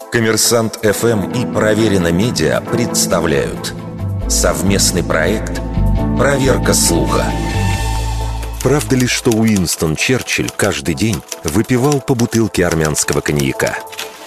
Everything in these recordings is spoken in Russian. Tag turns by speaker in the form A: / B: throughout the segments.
A: Коммерсант ФМ и Проверено Медиа представляют совместный проект «Проверка слуха». Правда ли, что Уинстон Черчилль каждый день выпивал по бутылке армянского коньяка?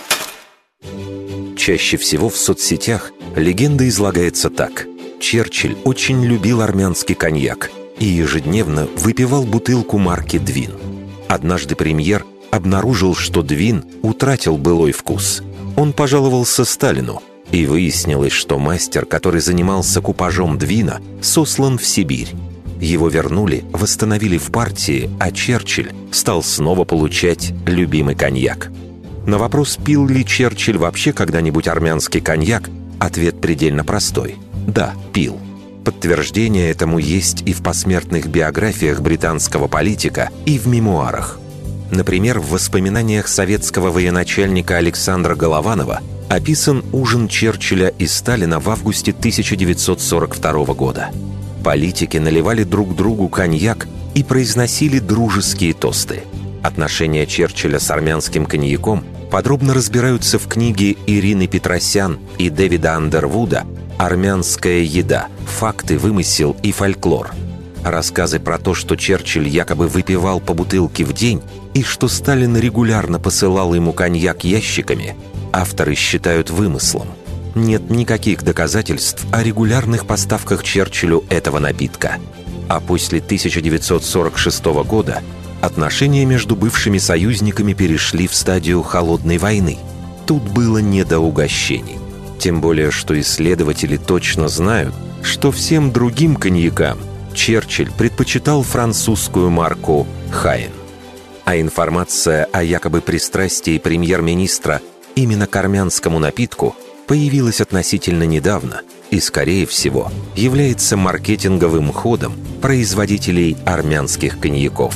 A: Чаще всего в соцсетях легенда излагается так. Черчилль очень любил армянский коньяк и ежедневно выпивал бутылку марки «Двин». Однажды премьер обнаружил, что «Двин» утратил былой вкус. Он пожаловался Сталину, и выяснилось, что мастер, который занимался купажом «Двина», сослан в Сибирь. Его вернули, восстановили в партии, а Черчилль стал снова получать любимый коньяк. На вопрос, пил ли Черчилль вообще когда-нибудь армянский коньяк, ответ предельно простой – да, пил. Подтверждение этому есть и в посмертных биографиях британского политика, и в мемуарах. Например, в воспоминаниях советского военачальника Александра Голованова описан ужин Черчилля и Сталина в августе 1942 года. Политики наливали друг другу коньяк и произносили дружеские тосты. Отношения Черчилля с армянским коньяком подробно разбираются в книге Ирины Петросян и Дэвида Андервуда «Армянская еда. Факты, вымысел и фольклор». Рассказы про то, что Черчилль якобы выпивал по бутылке в день и что Сталин регулярно посылал ему коньяк ящиками, авторы считают вымыслом. Нет никаких доказательств о регулярных поставках Черчиллю этого напитка. А после 1946 года отношения между бывшими союзниками перешли в стадию холодной войны. Тут было не до угощений. Тем более, что исследователи точно знают, что всем другим коньякам Черчилль предпочитал французскую марку «Хайен». А информация о якобы пристрастии премьер-министра именно к армянскому напитку появилась относительно недавно и, скорее всего, является маркетинговым ходом производителей армянских коньяков.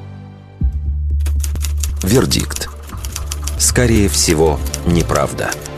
A: Вердикт. Скорее всего, неправда.